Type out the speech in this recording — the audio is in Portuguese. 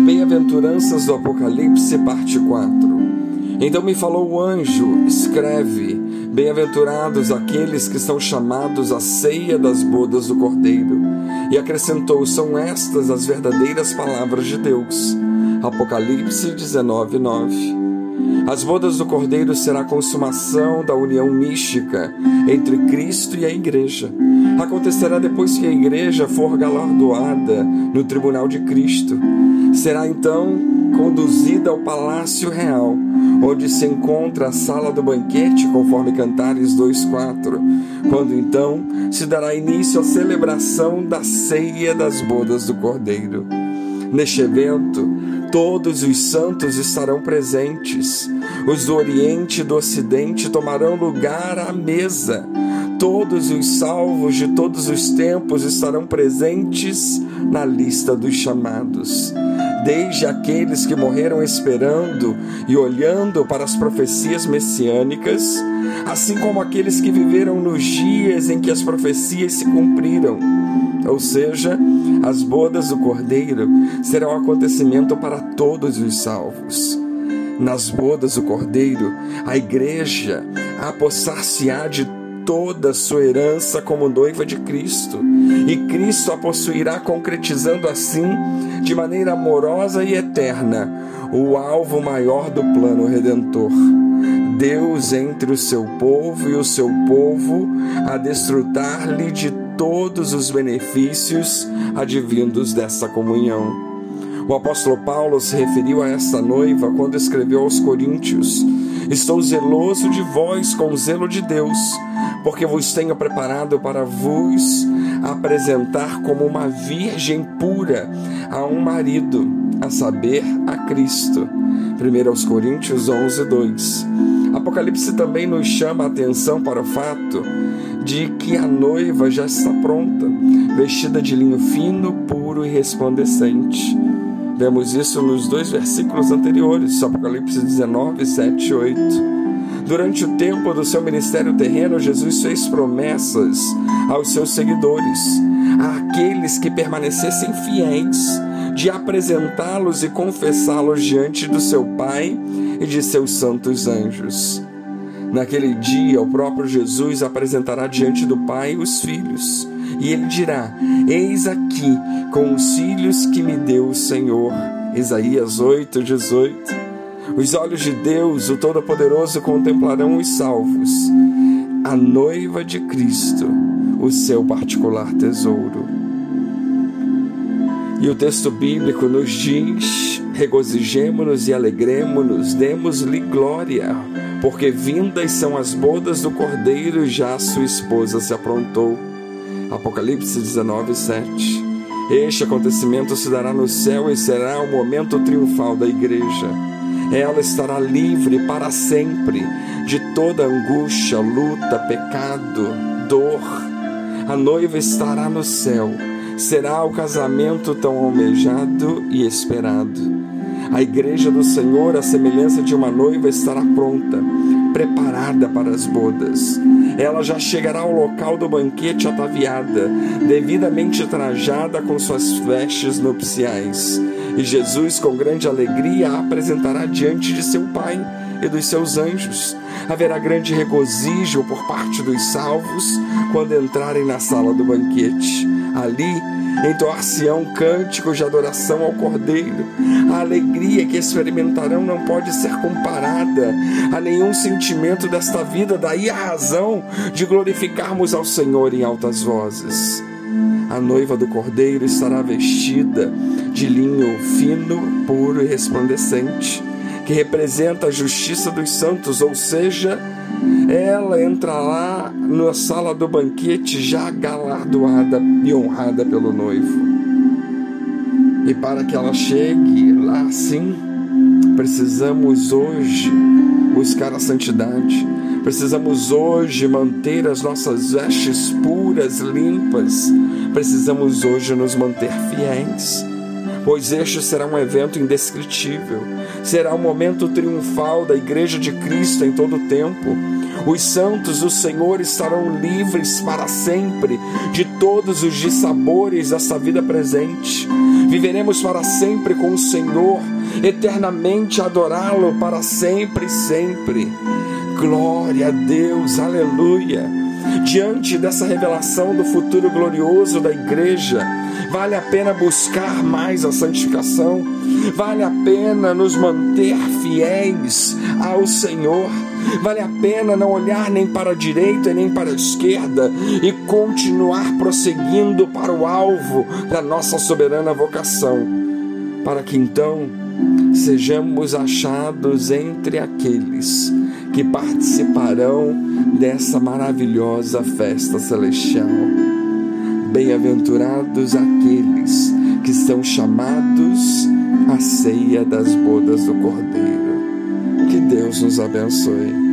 Bem-aventuranças do Apocalipse, parte 4. Então me falou o anjo: escreve, bem-aventurados aqueles que são chamados à ceia das bodas do Cordeiro. E acrescentou: são estas as verdadeiras palavras de Deus. Apocalipse 19:9. As bodas do Cordeiro será a consumação da união mística entre Cristo e a Igreja. Acontecerá depois que a Igreja for galardoada no tribunal de Cristo. Será então conduzida ao Palácio Real, onde se encontra a sala do banquete, conforme Cantares 2:4, quando então se dará início à celebração da ceia das bodas do Cordeiro. Neste evento, todos os santos estarão presentes. Os do Oriente e do Ocidente tomarão lugar à mesa. Todos os salvos de todos os tempos estarão presentes na lista dos chamados. Desde aqueles que morreram esperando e olhando para as profecias messiânicas, assim como aqueles que viveram nos dias em que as profecias se cumpriram. Ou seja, as bodas do Cordeiro serão um acontecimento para todos os salvos. Nas bodas do Cordeiro, a Igreja apossar-se-á de toda a sua herança como noiva de Cristo, e Cristo a possuirá, concretizando assim, de maneira amorosa e eterna, o alvo maior do plano redentor. Deus entre o seu povo e o seu povo a desfrutar-lhe de todos os benefícios advindos dessa comunhão. O apóstolo Paulo se referiu a esta noiva quando escreveu aos Coríntios: estou zeloso de vós com o zelo de Deus, porque vos tenho preparado para vos apresentar como uma virgem pura a um marido, a saber, a Cristo. 1 Coríntios 11:2. Apocalipse também nos chama a atenção para o fato de que a noiva já está pronta, vestida de linho fino, puro e resplandecente. Vemos isso nos 2 versículos anteriores, Apocalipse 19, 7 e 8. Durante o tempo do seu ministério terreno, Jesus fez promessas aos seus seguidores, àqueles que permanecessem fiéis, de apresentá-los e confessá-los diante do seu Pai e de seus santos anjos. Naquele dia, o próprio Jesus apresentará diante do Pai os filhos, e ele dirá: eis aqui com os filhos que me deu o Senhor. Isaías 8:18. Os olhos de Deus, o Todo-Poderoso, contemplarão os salvos, a noiva de Cristo, o seu particular tesouro. E o texto bíblico nos diz: regozijemo-nos e alegremo-nos, demos-lhe glória, porque vindas são as bodas do Cordeiro e já a sua esposa se aprontou. Apocalipse 19:7. Este acontecimento se dará no céu e será o momento triunfal da Igreja. Ela estará livre para sempre de toda angústia, luta, pecado, dor. A noiva estará no céu. Será o casamento tão almejado e esperado. A Igreja do Senhor, à semelhança de uma noiva, estará pronta, preparada para as bodas. Ela já chegará ao local do banquete ataviada, devidamente trajada com suas vestes nupciais. E Jesus, com grande alegria, a apresentará diante de seu Pai e dos seus anjos. Haverá grande regozijo por parte dos salvos quando entrarem na sala do banquete. Ali, entoar-se-ão cânticos de adoração ao Cordeiro. A alegria que experimentarão não pode ser comparada a nenhum sentimento desta vida, daí a razão de glorificarmos ao Senhor em altas vozes. A noiva do Cordeiro estará vestida de linho fino, puro e resplandecente, que representa a justiça dos santos, ou seja, ela entrará na sala do banquete já galardoada e honrada pelo noivo. E para que ela chegue lá assim, precisamos hoje buscar a santidade. Precisamos hoje manter as nossas vestes puras, limpas. Precisamos hoje nos manter fiéis, pois este será um evento indescritível. Será um momento triunfal da Igreja de Cristo em todo o tempo. Os santos do Senhor estarão livres para sempre de todos os dissabores dessa vida presente, Viveremos para sempre com o Senhor, eternamente adorá-lo para sempre e sempre. Glória a Deus, aleluia. Diante dessa revelação do futuro glorioso da igreja, vale a pena buscar mais a santificação, vale a pena nos manter fiéis ao Senhor, vale a pena não olhar nem para a direita nem para a esquerda e continuar prosseguindo para o alvo da nossa soberana vocação, para que então sejamos achados entre aqueles que participarão dessa maravilhosa festa celestial. Bem-aventurados aqueles que estão chamados à ceia das bodas do Cordeiro. Que Deus nos abençoe.